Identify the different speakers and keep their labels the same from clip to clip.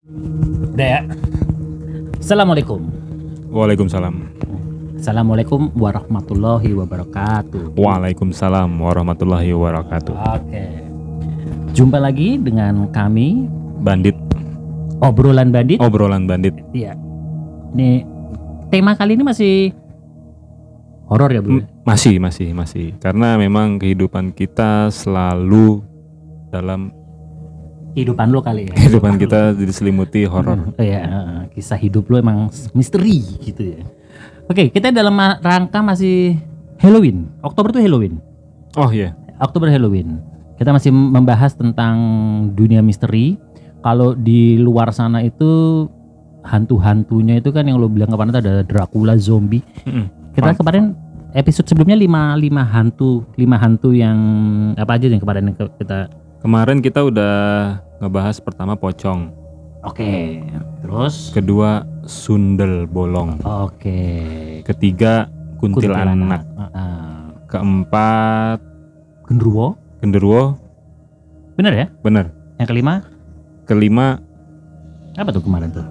Speaker 1: Udah ya. Assalamualaikum.
Speaker 2: Waalaikumsalam.
Speaker 1: Assalamualaikum warahmatullahi wabarakatuh.
Speaker 2: Waalaikumsalam warahmatullahi wabarakatuh.
Speaker 1: Oke. Jumpa lagi dengan kami
Speaker 2: Bandit.
Speaker 1: Obrolan Bandit.
Speaker 2: Obrolan bandit.
Speaker 1: Iya. Ini tema kali ini masih horor ya, Bro?
Speaker 2: Masih. Karena memang kehidupan kita selalu dalam
Speaker 1: Kehidupan lo kali ya.
Speaker 2: kehidupan kita diselimuti horor.
Speaker 1: Iya, kisah hidup lo emang misteri gitu ya. Oke, kita dalam rangka masih Halloween. Oktober tuh Halloween.
Speaker 2: Oh iya.
Speaker 1: Oktober Halloween. Kita masih membahas tentang dunia misteri. Kalau di luar sana itu hantu-hantunya itu kan yang lo bilang kemarin itu ada Dracula, zombie. Kita kemarin episode sebelumnya 5 hantu yang apa aja yang kemarin kita.
Speaker 2: Kemarin kita udah ngebahas pertama pocong.
Speaker 1: Oke. Terus
Speaker 2: Kedua sundel bolong.
Speaker 1: oke.
Speaker 2: Ketiga kuntilanak. Keempat
Speaker 1: Genderuwo.
Speaker 2: genderuwo.
Speaker 1: Bener ya?
Speaker 2: Bener.
Speaker 1: Yang
Speaker 2: Kelima
Speaker 1: apa tuh kemarin tuh?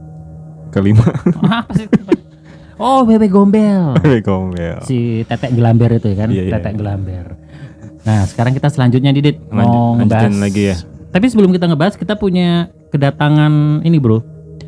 Speaker 1: Apa sih? Oh, bebek gombel.
Speaker 2: gombel.
Speaker 1: Si tetek gelamber itu ya kan?
Speaker 2: Iya.
Speaker 1: Tetek gelamber. Nah, sekarang kita selanjutnya Didit mau ngebahas
Speaker 2: Lanjutin lagi ya.
Speaker 1: Tapi sebelum kita ngebahas, kita punya kedatangan ini, Bro.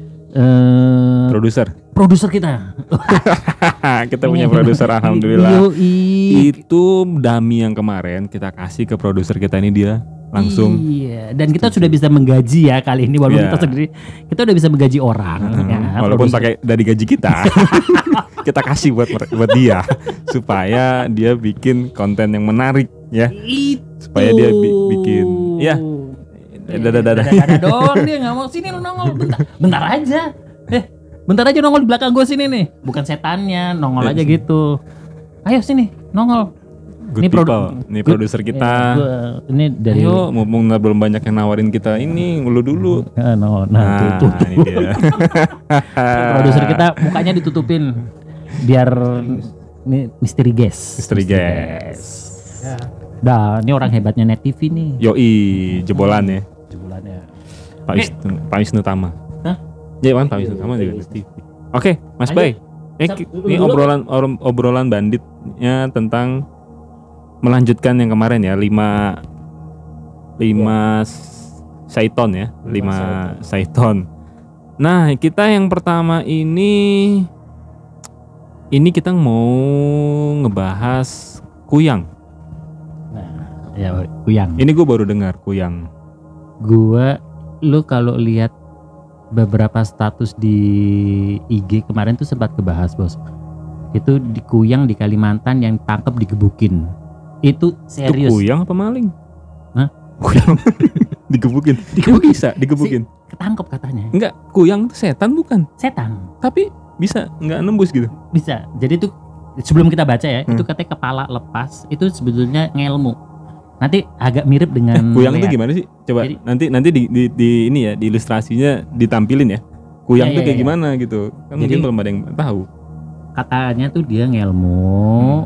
Speaker 1: Produser kita.
Speaker 2: Kita punya produser, alhamdulillah.
Speaker 1: Yoi.
Speaker 2: Itu dummy yang kemarin kita kasih ke produser kita ini, dia langsung.
Speaker 1: Iya, dan kita sudah bisa menggaji ya kali ini walaupun
Speaker 2: Iya.
Speaker 1: kita sendiri kita udah bisa menggaji orang ya,
Speaker 2: Walaupun
Speaker 1: produser.
Speaker 2: pakai dari gaji kita. Kita kasih buat dia supaya dia bikin konten yang menarik ya.
Speaker 1: Itu.
Speaker 2: Supaya dia bikin ya. Dadah.
Speaker 1: Dong, dia nggak mau sini lu nongol bentar aja. Bentar aja nongol di belakang gue sini nih. Bukan setannya, nongol aja gitu. Ayo sini, nongol.
Speaker 2: Good people. Nih produser kita.
Speaker 1: Ini dari
Speaker 2: Ayo, mumpung belum banyak yang nawarin kita ini, ngulu dulu.
Speaker 1: tuh.
Speaker 2: Ini dia.
Speaker 1: Produser kita mukanya ditutupin biar ini misteri guys.
Speaker 2: Misteri guys.
Speaker 1: Dah, ini orang hebatnya Net TV nih.
Speaker 2: Yoi, jebolan ya.
Speaker 1: Jebulannya.
Speaker 2: Pak Wisnu Tama.
Speaker 1: Hah?
Speaker 2: Ya kan Pak Wisnu Tama juga di TV. Oke, Mas
Speaker 1: Ayo.
Speaker 2: Bay.
Speaker 1: Dulu.
Speaker 2: Ini obrolan banditnya tentang melanjutkan yang kemarin ya, 5 Saiton ya, 5 Saiton. Nah, kita yang pertama ini kita mau ngebahas kuyang.
Speaker 1: Ya, kuyang.
Speaker 2: Ini gue baru dengar kuyang.
Speaker 1: Lu kalau lihat beberapa status di IG kemarin tuh sempat kebahas, Bos. Itu di kuyang di Kalimantan yang tangkap digebukin. Itu serius.
Speaker 2: Itu kuyang apa maling?
Speaker 1: Hah?
Speaker 2: Kuyang digebukin. Bisa digebukin.
Speaker 1: Ketangkep katanya.
Speaker 2: Enggak, kuyang itu setan bukan?
Speaker 1: Setan.
Speaker 2: Tapi bisa nggak nembus gitu.
Speaker 1: Bisa. Jadi tuh sebelum kita baca ya, itu katanya kepala lepas itu sebetulnya ngelmu. Nanti agak mirip dengan
Speaker 2: Kuyang itu
Speaker 1: leak.
Speaker 2: gimana sih? Coba
Speaker 1: Jadi-
Speaker 2: nanti di ini ya, di ilustrasinya ditampilin ya. Kuyang
Speaker 1: Iya,
Speaker 2: itu kayak
Speaker 1: iya.
Speaker 2: gimana gitu. Kan
Speaker 1: Jadi-
Speaker 2: mungkin belum ada yang tahu.
Speaker 1: Katanya tuh dia ngelmu.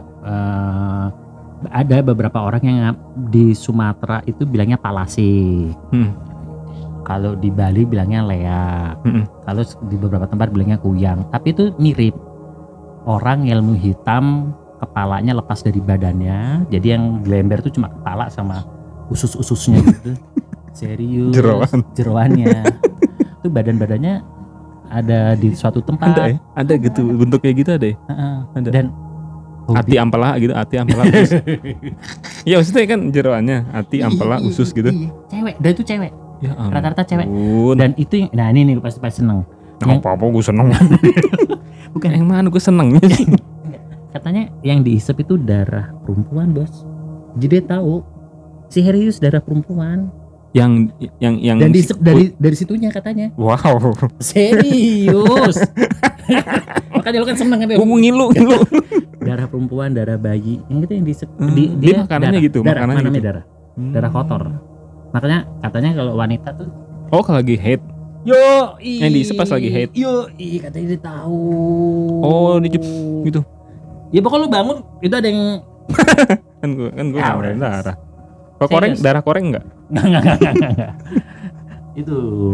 Speaker 1: Ada beberapa orang yang di Sumatera itu bilangnya palasi. Kalau di Bali bilangnya leak. Kalau di beberapa tempat bilangnya kuyang. Tapi itu mirip. Orang ngelmu hitam, kepalanya lepas dari badannya. Jadi yang gelember tuh cuma kepala sama usus-ususnya gitu. Serius. Jeroannya. Itu badan-badannya ada di suatu tempat.
Speaker 2: Ada ya? Ada gitu, bentuk kayak gitu ada ya? Ada.
Speaker 1: Dan
Speaker 2: Hati ampela gitu, hati ampela usus. Ya maksudnya kan jeroannya, hati ampela usus gitu.
Speaker 1: Cewek, dan itu cewek.
Speaker 2: Ya ampun.
Speaker 1: Rata-rata cewek. Dan itu yang, nah ini nih pasti seneng.
Speaker 2: Apa-apa gue seneng.
Speaker 1: Bukan.
Speaker 2: Yang mana gue senengnya sih?
Speaker 1: Katanya yang dihisap itu darah perempuan, Bos. Jadi dia tahu serius darah perempuan.
Speaker 2: yang
Speaker 1: Dan dihisap dari situnya katanya.
Speaker 2: Wow.
Speaker 1: Serius. Makanya lu kan seneng kan.
Speaker 2: Gue mau ngilu.
Speaker 1: Darah perempuan, darah bayi. Yang itu yang dihisap.
Speaker 2: Dia makanannya
Speaker 1: darah,
Speaker 2: gitu,
Speaker 1: Darah,
Speaker 2: makanannya
Speaker 1: makanannya
Speaker 2: gitu.
Speaker 1: darah. Darah kotor. Makanya katanya kalau wanita tuh
Speaker 2: Oh, kalau lagi hate.
Speaker 1: yo
Speaker 2: Yang dihisap pas lagi hate.
Speaker 1: Yo katanya dia tahu.
Speaker 2: Oh, gitu.
Speaker 1: Ya pokoknya lu bangun itu ada yang
Speaker 2: Kan gue
Speaker 1: Ya,
Speaker 2: ngeluarin
Speaker 1: udah.
Speaker 2: darah. Kalau koreng,
Speaker 1: Serius?
Speaker 2: darah koreng enggak?
Speaker 1: Enggak. Itu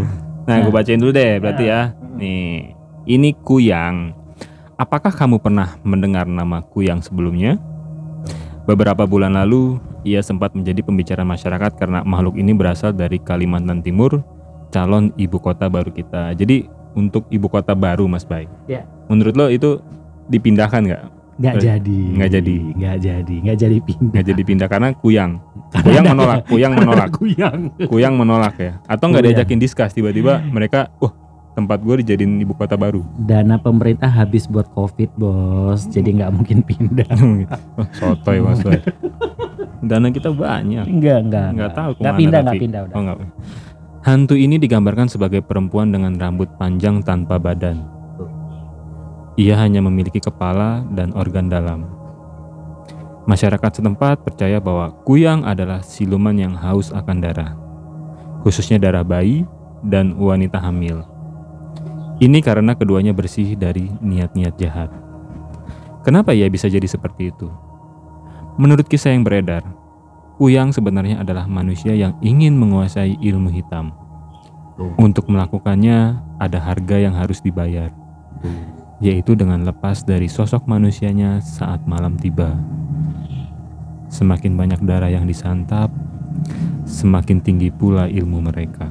Speaker 2: Nah, gue bacain dulu deh berarti ya. Nih, ini Kuyang. Apakah kamu pernah mendengar nama Kuyang sebelumnya? Beberapa bulan lalu, ia sempat menjadi pembicaraan masyarakat karena makhluk ini berasal dari Kalimantan Timur, calon ibu kota baru kita. Jadi untuk ibu kota baru, Mas Bay.
Speaker 1: Ya.
Speaker 2: Menurut lo itu dipindahkan nggak?
Speaker 1: Nggak jadi pindah.
Speaker 2: Nggak jadi pindah karena Kuyang menolak. Kuyang menolak ya. Atau nggak diajakin diskus, tiba-tiba mereka, tempat gue dijadiin ibu kota baru.
Speaker 1: Dana pemerintah habis buat COVID, bos. Jadi nggak mungkin pindah.
Speaker 2: Sotoy, Mas Bay. Dana kita banyak.
Speaker 1: Nggak
Speaker 2: tahu
Speaker 1: nggak pindah udah.
Speaker 2: Nggak. Hantu ini digambarkan sebagai perempuan dengan rambut panjang tanpa badan. Ia hanya memiliki kepala dan organ dalam. Masyarakat setempat percaya bahwa Kuyang adalah siluman yang haus akan darah, khususnya darah bayi dan wanita hamil. Ini karena keduanya bersih dari niat-niat jahat. Kenapa ia bisa jadi seperti itu? Menurut kisah yang beredar, Kuyang sebenarnya adalah manusia yang ingin menguasai ilmu hitam. Untuk melakukannya, ada harga yang harus dibayar, yaitu dengan lepas dari sosok manusianya saat malam tiba. Semakin banyak darah yang disantap, semakin tinggi pula ilmu mereka.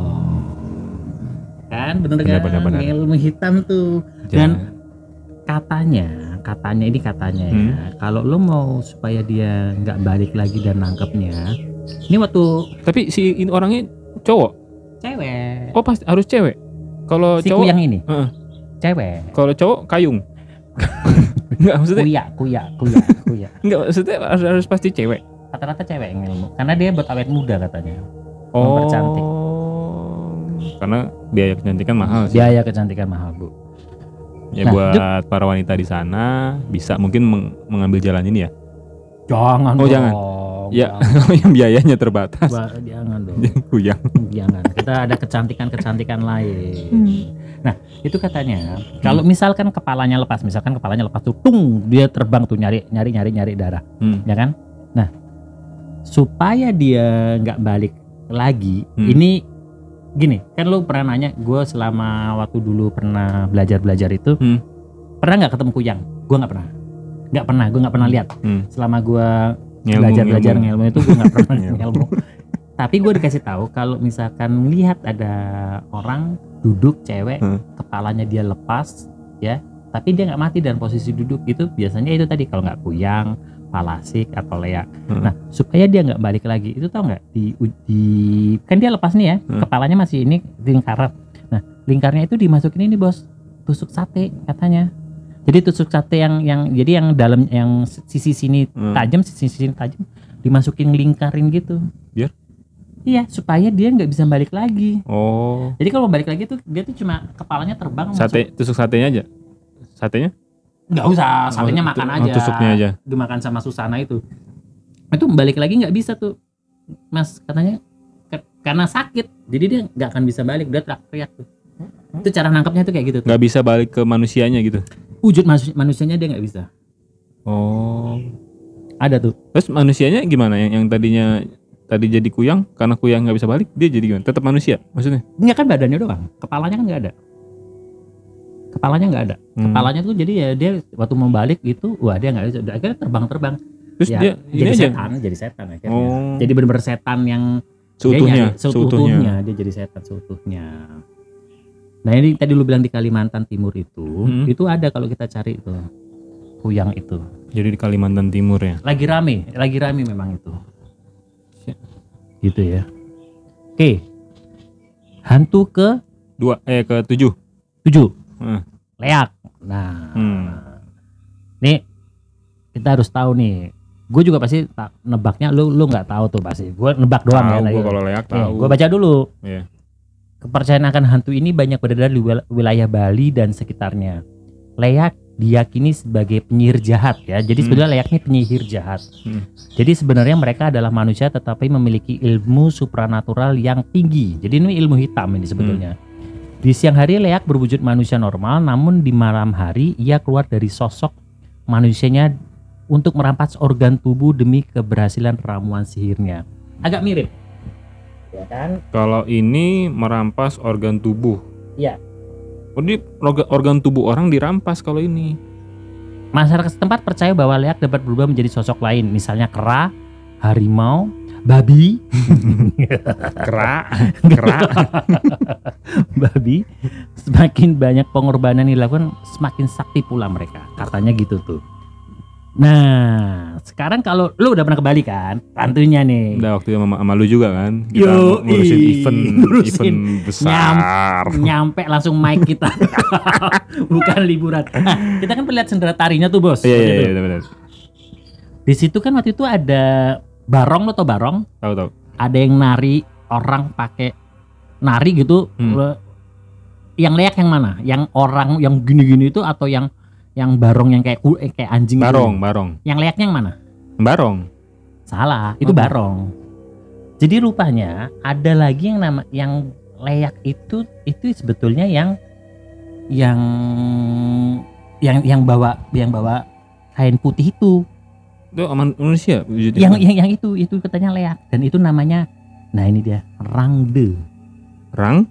Speaker 1: Kan bener kan? Ilmu hitam tuh. Dan katanya ya, kalau lo mau supaya dia nggak balik lagi dan nangkepnya, ini waktu.
Speaker 2: Tapi si orangnya cowok?
Speaker 1: Cewek.
Speaker 2: Oh, pasti harus cewek. Kalau
Speaker 1: si
Speaker 2: cowok
Speaker 1: Kuyang ini? Cewek.
Speaker 2: Kalau cowok Kayung. Enggak, maksudnya
Speaker 1: Kuya.
Speaker 2: Enggak, maksudnya harus pasti cewek.
Speaker 1: Rata-rata cewek yang ilmu. Karena dia buat awet muda katanya. Mempercantik.
Speaker 2: Karena biaya kecantikan mahal sih.
Speaker 1: Biaya kecantikan mahal, Bu.
Speaker 2: Ya buat para wanita di sana bisa mungkin mengambil jalan ini ya.
Speaker 1: Jangan.
Speaker 2: Jangan. Ya, yang biayanya terbatas.
Speaker 1: Jangan dong.
Speaker 2: Kuyang.
Speaker 1: Jangan. Kita ada kecantikan lain. Nah, itu katanya kalau misalkan kepalanya lepas tuh dia terbang tuh nyari darah. Ya kan? Nah, supaya dia nggak balik lagi, ini gini, kan lu pernah nanya gue selama waktu dulu pernah belajar itu, pernah nggak ketemu Kuyang? Gue nggak pernah lihat. Selama gue belajar ngelmu itu gue nggak pernah ngelmu. Tapi gue dikasih tahu kalau misalkan lihat ada orang duduk cewek, kepalanya dia lepas, ya, tapi dia nggak mati dan posisi duduk itu biasanya itu tadi kalau nggak Kuyang, Palasik atau Leak. Nah, supaya dia nggak balik lagi, itu tau nggak di kan dia lepas nih ya, kepalanya masih ini lingkaran. Nah, lingkarnya itu dimasukin ini bos, tusuk sate katanya. Jadi tusuk sate yang jadi yang dalam yang sisi sini tajam, sisi sini tajam, dimasukin lingkarin gitu.
Speaker 2: Biar?
Speaker 1: Iya, supaya dia nggak bisa balik lagi.
Speaker 2: Oh.
Speaker 1: Jadi kalau balik lagi tuh dia tuh cuma kepalanya terbang.
Speaker 2: Tusuk satenya aja. Satenya?
Speaker 1: Nggak usah, satenya makan aja.
Speaker 2: Tusuknya aja.
Speaker 1: Dimakan sama Susana itu. Itu balik lagi nggak bisa tuh, Mas katanya karena sakit. Jadi dia nggak akan bisa balik, dia teriak-teriak tuh. Itu cara nangkapnya tuh kayak gitu.
Speaker 2: Nggak bisa balik ke manusianya gitu.
Speaker 1: Wujud manusianya dia nggak bisa.
Speaker 2: Oh.
Speaker 1: Ada tuh.
Speaker 2: Terus manusianya gimana? Yang tadi jadi Kuyang, karena Kuyang nggak bisa balik, dia jadi gimana? Tetap manusia maksudnya?
Speaker 1: Enggak kan badannya doang, kepalanya kan nggak ada. Kepalanya tuh jadi ya dia waktu mau balik gitu, wah dia nggak bisa. Akhirnya terbang.
Speaker 2: Terus
Speaker 1: ya,
Speaker 2: dia
Speaker 1: jadi setan akhirnya. Jadi benar-benar setan yang
Speaker 2: seutuhnya.
Speaker 1: Dia jadi setan seutuhnya. Nah ini tadi lu bilang di Kalimantan Timur itu ada kalau kita cari itu Kuyang itu.
Speaker 2: Jadi di Kalimantan Timur ya.
Speaker 1: Lagi rame memang itu. Gitu ya. Oke. Hantu ke
Speaker 2: 7.
Speaker 1: Leak. Nah. Nih kita harus tahu nih. Gue juga pasti nebaknya lu nggak tahu tuh pasti. Gue nebak doang ya.
Speaker 2: Gue kalau Leak tahu.
Speaker 1: Gue baca dulu.
Speaker 2: Yeah.
Speaker 1: Kepercayaan akan hantu ini banyak beredar di wilayah Bali dan sekitarnya. Leak diyakini sebagai penyihir jahat ya. Jadi sebenarnya Leak ini penyihir jahat. Jadi sebenarnya mereka adalah manusia tetapi memiliki ilmu supranatural yang tinggi. Jadi ini ilmu hitam ini sebetulnya. Di siang hari Leak berwujud manusia normal, namun di malam hari ia keluar dari sosok manusianya untuk merampas organ tubuh demi keberhasilan ramuan sihirnya. Agak mirip. ya kan?
Speaker 2: Kalau ini merampas organ tubuh.
Speaker 1: Iya.
Speaker 2: Jadi organ tubuh orang dirampas kalau ini.
Speaker 1: Masyarakat setempat percaya bahwa leak dapat berubah menjadi sosok lain, misalnya kera, harimau, babi,
Speaker 2: Kera.
Speaker 1: babi. Semakin banyak pengorbanan yang dilakukan, semakin sakti pula mereka. Katanya gitu tuh. Nah, sekarang kalau lu udah pernah ke Bali kan, tentunya nih.
Speaker 2: Udah waktu itu sama lu juga kan. Kita
Speaker 1: Yo,
Speaker 2: ngurusin event besar.
Speaker 1: Nyampe langsung mic kita. Bukan liburan. Nah, kita kan perlihat sendera tarinya tuh, Bos.
Speaker 2: Iya, benar.
Speaker 1: Di situ kan waktu itu ada barong, lo tau barong?
Speaker 2: Tahu.
Speaker 1: Ada yang nari, orang pakai nari gitu. Yang leak yang mana? Yang orang yang gini-gini itu atau yang barong yang kayak anjing
Speaker 2: barong,
Speaker 1: gitu?
Speaker 2: Barong.
Speaker 1: Yang leaknya yang mana?
Speaker 2: Barong.
Speaker 1: Salah, itu barong. Jadi rupanya ada lagi yang leak itu sebetulnya yang bawa kain putih itu.
Speaker 2: Itu aman manusia.
Speaker 1: Yang itu katanya leak dan itu namanya, nah ini dia, rangde.
Speaker 2: Rang?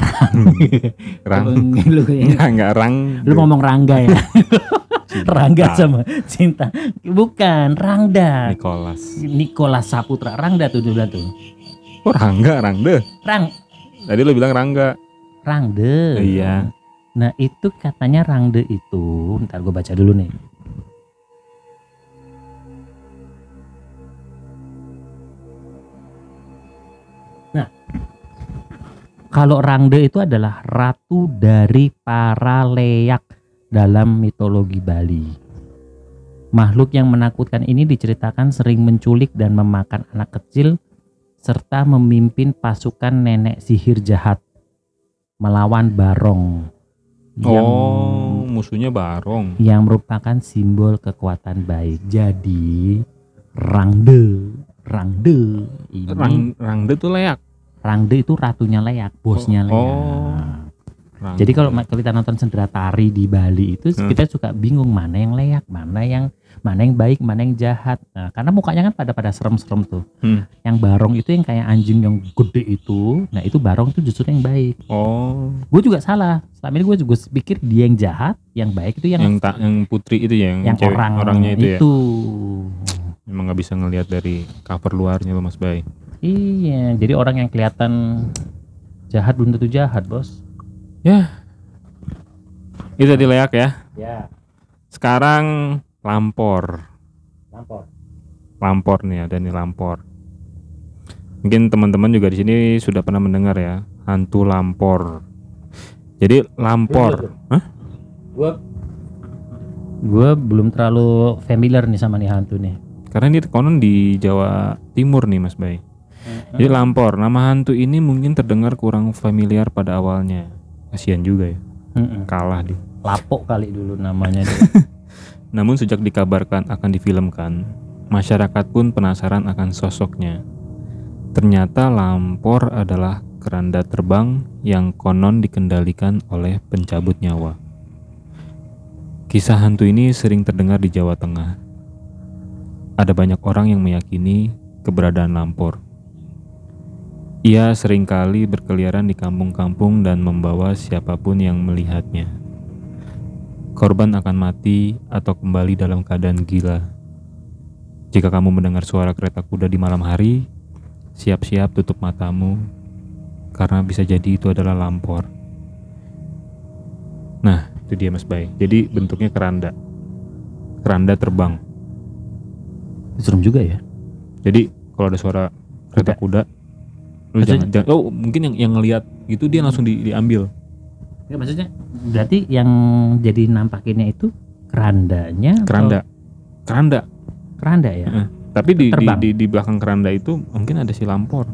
Speaker 2: Enggak rang.
Speaker 1: Lu ngomong rangga ya? Rangga sama cinta. Bukan, Rangda. Nicholas Saputra. Rangda tuh dulu tuh.
Speaker 2: Oh, Rangde. Tadi lu bilang Rangga.
Speaker 1: Rangde.
Speaker 2: Iya.
Speaker 1: Nah, itu katanya Rangde itu, ntar gue baca dulu nih. Nah, kalau Rangde itu adalah ratu dari para leak dalam mitologi Bali. Makhluk yang menakutkan ini diceritakan sering menculik dan memakan anak kecil serta memimpin pasukan nenek sihir jahat melawan Barong.
Speaker 2: Musuhnya Barong.
Speaker 1: Yang merupakan simbol kekuatan baik. Jadi Rangde ini.
Speaker 2: Rangde tuh leak.
Speaker 1: Rangde itu ratunya leak, bosnya leak. Jadi kalau kita nonton sendera tari di Bali itu kita suka bingung mana yang leak, mana yang baik, mana yang jahat. Nah, karena mukanya kan pada serem-serem tuh. Yang Barong itu yang kayak anjing yang gede itu. Nah, itu Barong itu justru yang baik. Gue juga salah. Selama ini gue juga pikir dia yang jahat, yang baik itu yang
Speaker 2: putri itu yang
Speaker 1: cewek, orangnya itu ya.
Speaker 2: Emang nggak bisa ngelihat dari cover luarnya loh, Mas Bay.
Speaker 1: Iya, jadi orang yang kelihatan jahat belum tentu jahat, Bos.
Speaker 2: Ya. Itu tadi leak ya.
Speaker 1: Ya.
Speaker 2: Sekarang lampor nih, ada nih lampor. Mungkin teman-teman juga di sini sudah pernah mendengar ya, hantu lampor. Jadi lampor,
Speaker 1: Gue belum terlalu familiar nih sama nih hantu nih.
Speaker 2: Karena ini konon di Jawa Timur nih, Mas Bay. Jadi lampor, nama hantu ini mungkin terdengar kurang familiar pada awalnya. Kasian juga ya. Kalah dia.
Speaker 1: Lapok kali dulu namanya dia.
Speaker 2: Namun sejak dikabarkan akan difilmkan, masyarakat pun penasaran akan sosoknya. Ternyata lampor adalah keranda terbang yang konon dikendalikan oleh pencabut nyawa. Kisah hantu ini sering terdengar di Jawa Tengah. Ada banyak orang yang meyakini keberadaan lampor. Ia seringkali berkeliaran di kampung-kampung dan membawa siapapun yang melihatnya. Korban akan mati atau kembali dalam keadaan gila. Jika kamu mendengar suara kereta kuda di malam hari, siap-siap tutup matamu, karena bisa jadi itu adalah lampor. Nah, itu dia Mas Bay. Jadi bentuknya keranda terbang.
Speaker 1: Serem juga ya.
Speaker 2: Jadi kalau ada suara kereta kuda, lu jangan. Mungkin yang ngelihat gitu dia langsung diambil.
Speaker 1: Ya, maksudnya berarti yang jadi nampakinnya itu kerandanya. Keranda ya.
Speaker 2: Tapi di belakang keranda itu mungkin ada si lampor.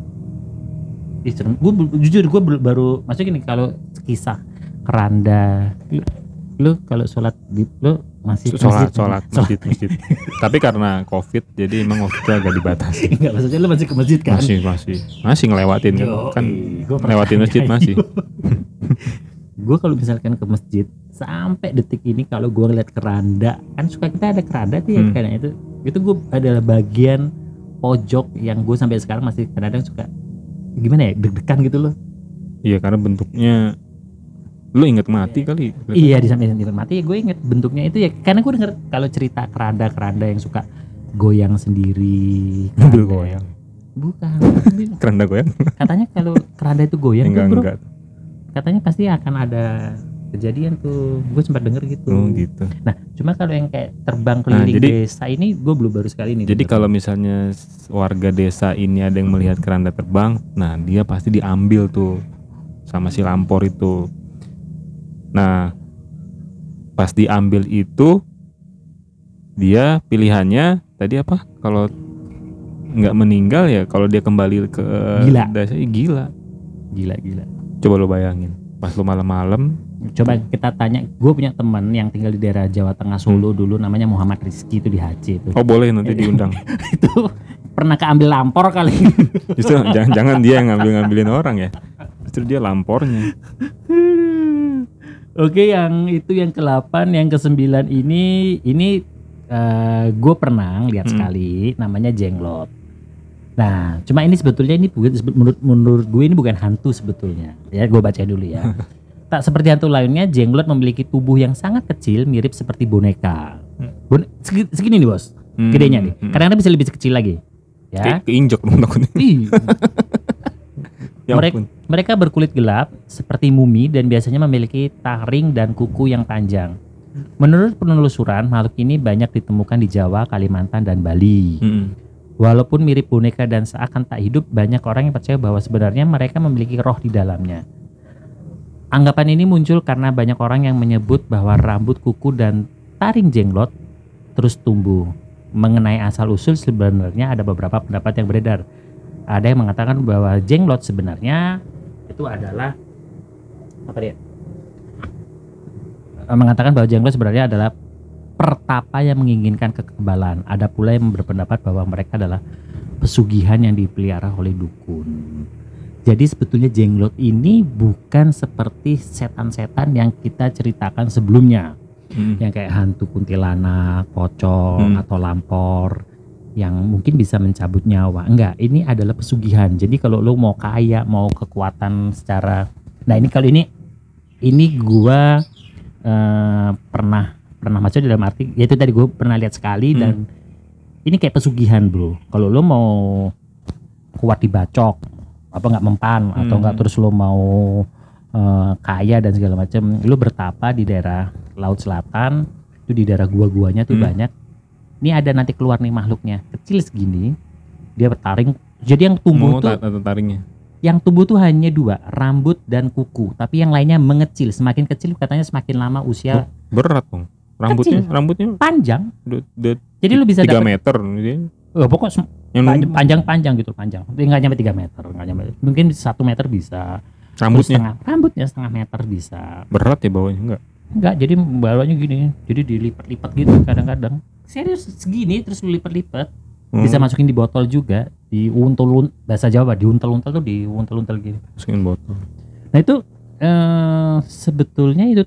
Speaker 1: Gue baru maksudnya gini, kalau kisah keranda, lu kalau sholat lu masih
Speaker 2: sholat masjid. Tapi karena COVID jadi emang waktu itu agak dibatasi.
Speaker 1: Enggak, maksudnya lu masih ke masjid kan?
Speaker 2: Masih ngelewatin kan ngelewatin masjid masih.
Speaker 1: Gue kalau misalkan ke masjid sampai detik ini kalau gue ngeliat keranda, kan suka kita ada keranda tuh ya, kayaknya itu gue adalah bagian pojok yang gue sampai sekarang masih kadang-kadang suka gimana ya, deg-degan gitu loh.
Speaker 2: Iya, karena bentuknya lu inget mati kali.
Speaker 1: Iya, di samping mati gue inget bentuknya itu ya, karena gue denger kalau cerita keranda yang suka goyang sendiri.
Speaker 2: Mobil goyang.
Speaker 1: Bukan.
Speaker 2: Keranda goyang.
Speaker 1: Katanya kalau keranda itu goyang tuh bro,
Speaker 2: Enggak.
Speaker 1: katanya pasti akan ada kejadian tuh. Gue sempat denger gitu.
Speaker 2: Oh gitu.
Speaker 1: Nah, cuma kalau yang kayak terbang keliling desa ini gue belum baru sekali nih.
Speaker 2: Jadi kalau misalnya warga desa ini ada yang melihat keranda terbang, nah dia pasti diambil tuh sama si lampor itu. Nah, pas diambil itu dia pilihannya tadi apa? Kalau nggak meninggal ya kalau dia kembali ke desa, gila. Coba lo bayangin, pas lo malam-malam.
Speaker 1: Coba kita tanya, gue punya teman yang tinggal di daerah Jawa Tengah Solo dulu, namanya Muhammad Rizky, itu di Haji itu.
Speaker 2: Oh boleh, nanti diundang.
Speaker 1: Itu pernah keambil lampor kali.
Speaker 2: Justru jangan dia yang ngambilin orang ya, justru dia lampornya.
Speaker 1: Oke, yang itu yang ke-8, yang ke-9 ini gue pernah lihat sekali, namanya jenglot. Nah, cuma ini sebetulnya ini menurut gue ini bukan hantu sebetulnya. Ya, gue baca dulu ya. Tak seperti hantu lainnya, jenglot memiliki tubuh yang sangat kecil, mirip seperti boneka. Segini nih bos, gedenya nih. Kadang-kadang bisa lebih kecil lagi. Ya.
Speaker 2: Keinjek dong takutnya.
Speaker 1: Mereka berkulit gelap seperti mumi dan biasanya memiliki taring dan kuku yang panjang. Menurut penelusuran, makhluk ini banyak ditemukan di Jawa, Kalimantan, dan Bali. Walaupun mirip boneka dan seakan tak hidup, banyak orang yang percaya bahwa sebenarnya mereka memiliki roh di dalamnya. Anggapan ini muncul karena banyak orang yang menyebut bahwa rambut, kuku, dan taring jenglot terus tumbuh. Mengenai asal-usul sebenarnya ada beberapa pendapat yang beredar. Ada yang mengatakan bahwa jenglot sebenarnya itu adalah mengatakan bahwa jenglot sebenarnya adalah pertapa yang menginginkan kekebalan. Ada pula yang berpendapat bahwa mereka adalah pesugihan yang dipelihara oleh dukun. Jadi sebetulnya jenglot ini bukan seperti setan-setan yang kita ceritakan sebelumnya. Yang kayak hantu kuntilanak, pocong, atau lampor yang mungkin bisa mencabut nyawa. Enggak, ini adalah pesugihan. Jadi kalau lo mau kaya, mau kekuatan secara, nah ini kalau ini gua pernah masuk dalam arti, yaitu tadi gue pernah lihat sekali dan ini kayak pesugihan bro. Kalau lo mau kuat dibacok, apa nggak mempan, atau nggak terus lo mau kaya dan segala macam, lo bertapa di daerah laut selatan, itu di daerah gua-guanya tuh banyak. Ini ada nanti keluar nih makhluknya, kecil segini, dia bertaring. Jadi yang tumbuh
Speaker 2: taringnya.
Speaker 1: Yang tumbuh tuh hanya 2, rambut dan kuku, tapi yang lainnya mengecil. Semakin kecil katanya semakin lama usia.
Speaker 2: Berat dong. Rambutnya
Speaker 1: panjang. Jadi lu bisa
Speaker 2: 3 meter.
Speaker 1: Pokoknya panjang gitu, panjang. Tapi nggak nyampe 3 meter, mungkin 1 meter bisa. Rambutnya setengah meter bisa.
Speaker 2: Berat ya bawahnya
Speaker 1: enggak, jadi bawahnya gini. Jadi dilipat-lipat gitu kadang-kadang. Serius segini terus lu lipat-lipat. Bisa masukin di botol juga, diuntel, bahasa Jawa diuntel-untel tuh, diuntel-untel gini.
Speaker 2: Masukin botol.
Speaker 1: Nah itu sebetulnya itu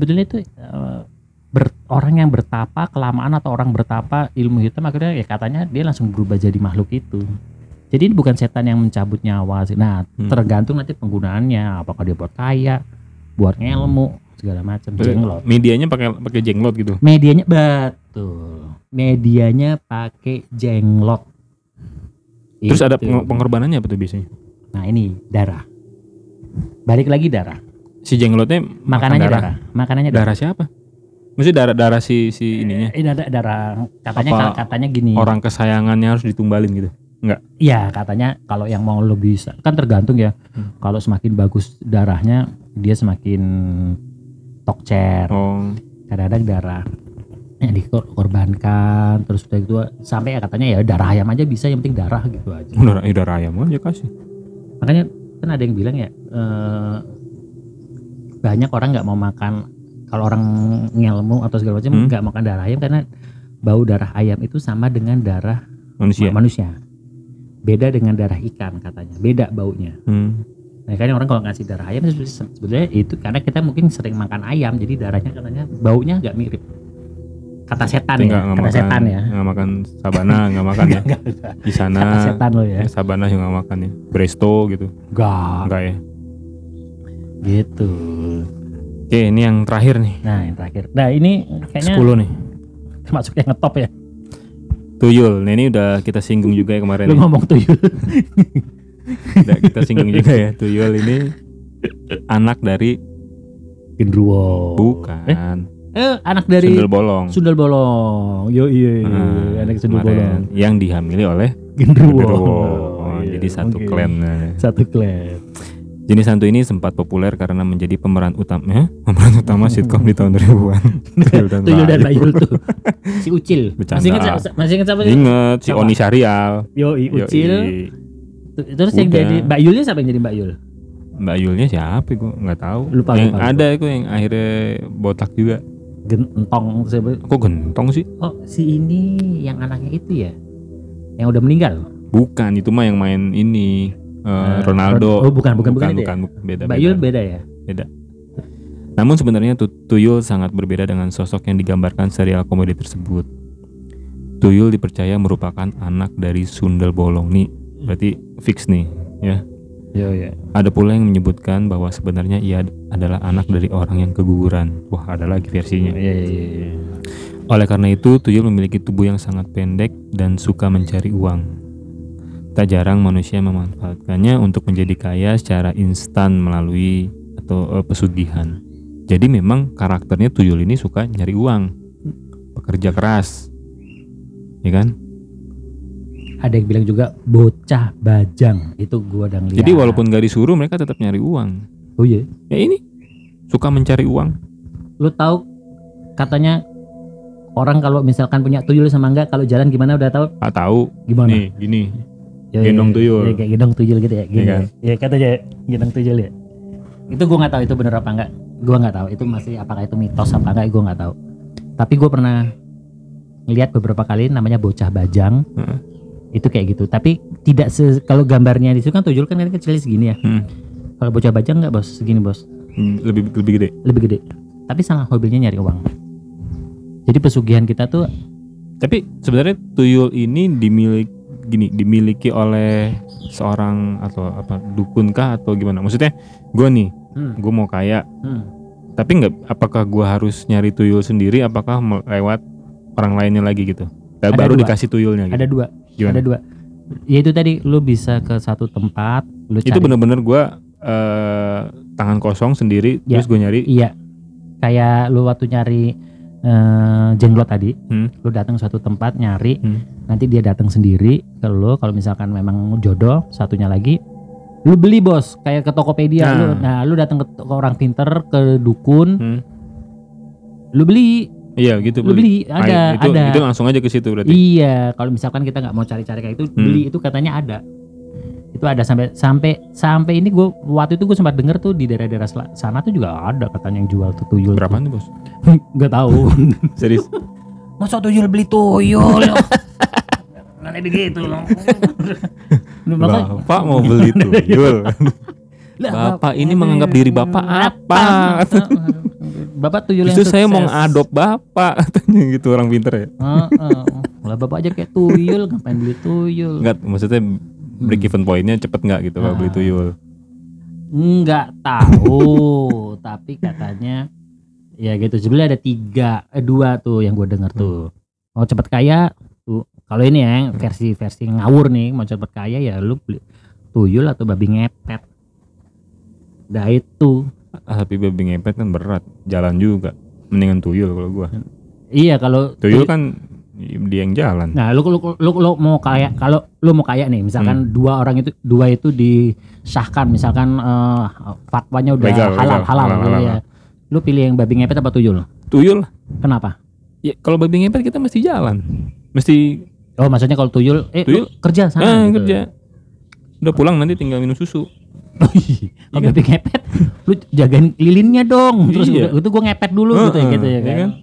Speaker 1: orang yang bertapa kelamaan atau orang bertapa ilmu hitam, akhirnya ya katanya dia langsung berubah jadi makhluk itu. Jadi ini bukan setan yang mencabut nyawa sih. Nah tergantung nanti penggunaannya, apakah dia buat kaya, buat ngelmu, segala macam. Jenglot.
Speaker 2: Medianya pakai jenglot gitu.
Speaker 1: Medianya betul. Medianya pakai jenglot.
Speaker 2: Terus ada pengorbanannya apa tuh biasanya?
Speaker 1: Nah ini darah. Balik lagi darah.
Speaker 2: Si jenglotnya
Speaker 1: makanannya darah. Makanannya
Speaker 2: darah siapa? Maksudnya darah si ininya?
Speaker 1: Darah katanya gini.
Speaker 2: Orang kesayangannya harus ditumbalin gitu? Enggak?
Speaker 1: Iya katanya kalau yang mau lo bisa. Kan tergantung ya. Kalau semakin bagus darahnya, dia semakin tokcer. Kadang-kadang darah yang dikorbankan, terus udah itu sampai katanya ya darah ayam aja bisa, yang penting darah gitu aja.
Speaker 2: Darah ayam aja kasih.
Speaker 1: Makanya kan ada yang bilang ya banyak orang nggak mau makan, kalau orang ngelmu atau segala macam nggak makan darah ayam karena bau darah ayam itu sama dengan darah manusia. Beda dengan darah ikan katanya, beda baunya. Nah kan orang kalau ngasih darah ayam sebetulnya itu karena kita mungkin sering makan ayam, jadi darahnya katanya baunya agak mirip. Kata setan
Speaker 2: Tapi
Speaker 1: ya,
Speaker 2: nggak
Speaker 1: kata
Speaker 2: makan,
Speaker 1: setan ya.
Speaker 2: nggak makan sabana, nggak makan ya. Di sana
Speaker 1: Kata setan lo ya.
Speaker 2: sabana yang nggak makan ya. Bresto gitu. Enggak ya.
Speaker 1: Gitu.
Speaker 2: Oke, ini yang terakhir nih.
Speaker 1: Nah yang terakhir. Nah ini kayaknya
Speaker 2: 10 nih.
Speaker 1: termasuk yang ngetop ya.
Speaker 2: Tuyul. Nah ini udah kita singgung juga ya kemarin.
Speaker 1: Lu
Speaker 2: ya.
Speaker 1: ngomong tuyul.
Speaker 2: Udah kita singgung juga ya. Tuyul ini anak dari
Speaker 1: Genderuwo.
Speaker 2: bukan.
Speaker 1: Anak dari
Speaker 2: Sundel bolong.
Speaker 1: Sundel bolong. Yo iya. Anak Sundel bolong.
Speaker 2: Yang dihamili oleh
Speaker 1: Genderuwo.
Speaker 2: Genderuwo.
Speaker 1: Iya,
Speaker 2: Jadi satu
Speaker 1: mungkin.
Speaker 2: klan.
Speaker 1: Satu klan.
Speaker 2: Jenis hantu ini sempat populer karena menjadi pemeran utama sitcom di tahun 2000-an.
Speaker 1: Tuyul dan Bayul tuh. Si Ucil.
Speaker 2: Bercanda.
Speaker 1: Masih ingat siapa sih?
Speaker 2: Ingat si
Speaker 1: Siapa?
Speaker 2: Oni Syarial.
Speaker 1: Yoi Ucil.
Speaker 2: Yoi.
Speaker 1: Terus yang
Speaker 2: Udah.
Speaker 1: jadi Mbak Yulnya siapa yang jadi Mbak Yul?
Speaker 2: Mbak Yulnya siapa? Gue nggak tahu.
Speaker 1: Lupa.
Speaker 2: Ada itu yang akhirnya botak juga.
Speaker 1: Gentong siapa?
Speaker 2: Kok gentong sih?
Speaker 1: Oh si ini yang anaknya itu ya? Yang udah meninggal?
Speaker 2: Bukan, itu mah yang main ini Ronaldo.
Speaker 1: Oh bukan itu ya?
Speaker 2: Beda.
Speaker 1: Mbak Yul beda ya?
Speaker 2: Beda. Namun sebenarnya Tuyul sangat berbeda dengan sosok yang digambarkan serial komedi tersebut. Tuyul dipercaya merupakan anak dari Sundel bolong nih, berarti fix nih, ya.
Speaker 1: Iya.
Speaker 2: Ada pula yang menyebutkan bahwa sebenarnya ia adalah anak dari orang yang keguguran. Wah, ada lagi versinya.
Speaker 1: Iya.
Speaker 2: Oleh karena itu, Tuyul memiliki tubuh yang sangat pendek dan suka mencari uang. Tak jarang manusia memanfaatkannya untuk menjadi kaya secara instan melalui atau pesugihan. Jadi memang karakternya Tuyul ini suka nyari uang, pekerja keras, ya kan?
Speaker 1: Ada yang bilang juga bocah bajang, itu gua udah ngeliat.
Speaker 2: Jadi walaupun gak disuruh mereka tetap nyari uang.
Speaker 1: Oh iya.
Speaker 2: Ya ini suka mencari uang.
Speaker 1: Lu tahu katanya orang kalau misalkan punya tuyul sama enggak kalau jalan gimana udah tahu?
Speaker 2: Tak tahu.
Speaker 1: Gimana?
Speaker 2: Nih, gini.
Speaker 1: Ya,
Speaker 2: gendong tuyul.
Speaker 1: Ya, kayak gendong tuyul gitu ya. Gini.
Speaker 2: Iya kan?
Speaker 1: Ya katanya gendong tuyul ya. Itu gua nggak tahu itu bener apa enggak. Gua nggak tahu itu masih apakah itu mitos apa enggak, gua nggak tahu. Tapi gua pernah ngeliat beberapa kali namanya bocah bajang. Itu kayak gitu. Tapi tidak kalau gambarnya di situ kan tuyul kan kecil segini ya. Kalau bocah bajang enggak, Bos? Segini, Bos.
Speaker 2: Lebih gede.
Speaker 1: Lebih gede. Tapi sangat hobinya nyari uang. Jadi pesugihan kita tuh.
Speaker 2: Tapi sebenarnya tuyul ini dimiliki oleh seorang atau apa dukun kah atau gimana? Maksudnya gue nih, gue mau kaya. Tapi nggak, apakah gue harus nyari tuyul sendiri? Apakah lewat orang lainnya lagi gitu?
Speaker 1: Ada
Speaker 2: Baru
Speaker 1: dua.
Speaker 2: dikasih tuyulnya. Gitu.
Speaker 1: Ada dua.
Speaker 2: Gimana?
Speaker 1: Ada dua. Ya itu tadi lu bisa ke satu tempat, lu cari.
Speaker 2: Itu bener-bener gue tangan kosong sendiri,
Speaker 1: Ya.
Speaker 2: terus gue nyari.
Speaker 1: Iya. Kayak lu waktu nyari jenglot tadi, lu datang suatu tempat nyari, nanti dia datang sendiri ke lu. Kalau misalkan memang jodoh, satunya lagi, lu beli, Bos. Kayak ke Tokopedia. Lu datang ke orang pinter, ke dukun, lu beli.
Speaker 2: Iya gitu.
Speaker 1: Lu beli, ada.
Speaker 2: Itu langsung aja ke situ berarti.
Speaker 1: Iya, kalau misalkan kita nggak mau cari-cari kayak itu, beli itu katanya ada. Itu ada sampai ini gue waktu itu gue sempat denger tuh di daerah-daerah sana tuh juga ada katanya yang jual tuh tuyul.
Speaker 2: Berapaan nih, Bos?
Speaker 1: Gak tahu.
Speaker 2: Serius?
Speaker 1: Masa tuyul beli tuyul? Mana begitu loh.
Speaker 2: Bapak mau beli tuyul. Bapak ini menganggap diri Bapak apa?
Speaker 1: Bapak tuyul yang
Speaker 2: Justru saya mau
Speaker 1: sukses.
Speaker 2: ngadop Bapak, katanya gitu orang pinter ya.
Speaker 1: Lah Bapak aja kayak tuyul, ngapain beli tuyul?
Speaker 2: Enggak, maksudnya break even pointnya cepet nggak gitu kalau beli tuyul?
Speaker 1: Enggak tahu, tapi katanya ya gitu. Sebenarnya ada dua tuh yang gue dengar tuh. Mau cepet kaya tuh. Kalau ini ya versi ngawur nih, mau cepet kaya ya lu beli tuyul atau babi ngepet. Nah itu.
Speaker 2: Tapi babi ngepet kan berat, jalan juga. Mendingan tuyul kalau gua.
Speaker 1: Iya kalau
Speaker 2: Tuyul kan dia yang jalan.
Speaker 1: Nah, lu mau kaya, kalau lu mau kaya nih, misalkan dua itu disahkan, misalkan fatwanya udah
Speaker 2: Legal,
Speaker 1: halal. Ya. Lu pilih yang babi ngepet apa tuyul?
Speaker 2: Tuyul.
Speaker 1: Kenapa?
Speaker 2: Ya kalau babi ngepet kita mesti jalan. Mesti
Speaker 1: Maksudnya kalau tuyul,
Speaker 2: tuyul
Speaker 1: kerja sana gitu.
Speaker 2: kerja. Udah pulang nanti tinggal minum susu.
Speaker 1: Kalau babi ngepet, lu jagain lilinnya dong. Terus
Speaker 2: Iya.
Speaker 1: itu gua ngepet dulu gitu ya
Speaker 2: iya
Speaker 1: kan.
Speaker 2: kan?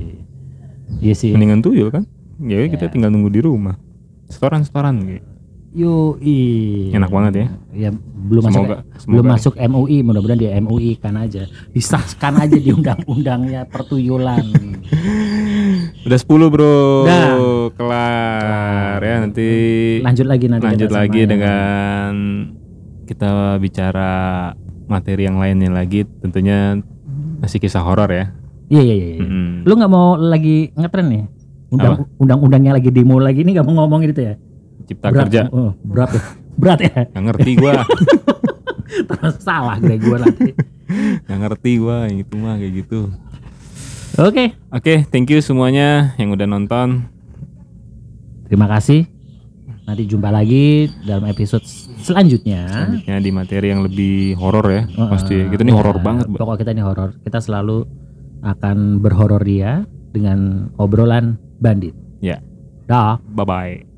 Speaker 1: Iya sih.
Speaker 2: Mendingan tuyul kan? Ya kita tinggal nunggu di rumah. Setoran gitu.
Speaker 1: Yoi.
Speaker 2: Enak banget ya.
Speaker 1: Ya belum
Speaker 2: Semoga
Speaker 1: masuk MUI, mudah-mudahan di MUI kan aja. Disahkan aja di undang-undangnya pertuyulan.
Speaker 2: Udah 10 bro.
Speaker 1: Udah.
Speaker 2: Kelar ya, nanti
Speaker 1: Lanjut lagi
Speaker 2: dengan kita bicara materi yang lainnya lagi, tentunya masih kisah horor ya.
Speaker 1: Iya. Lu nggak mau lagi ngetren nih? Undang-undangnya lagi demo lagi nih, nggak mau ngomong gitu ya?
Speaker 2: Cipta kerja.
Speaker 1: Berat ya.
Speaker 2: Nggak ngerti gua.
Speaker 1: Terus salah gue nanti.
Speaker 2: Nggak ngerti gua yang itu mah kayak gitu.
Speaker 1: Oke,
Speaker 2: thank you semuanya yang udah nonton.
Speaker 1: Terima kasih. Nanti jumpa lagi dalam episode selanjutnya
Speaker 2: di materi yang lebih horor ya. Pasti kita nih horor banget, Mbak.
Speaker 1: Pokoknya kita ini horor. Kita selalu akan berhoror dia dengan obrolan bandit.
Speaker 2: Ya.
Speaker 1: Dah.
Speaker 2: Bye bye.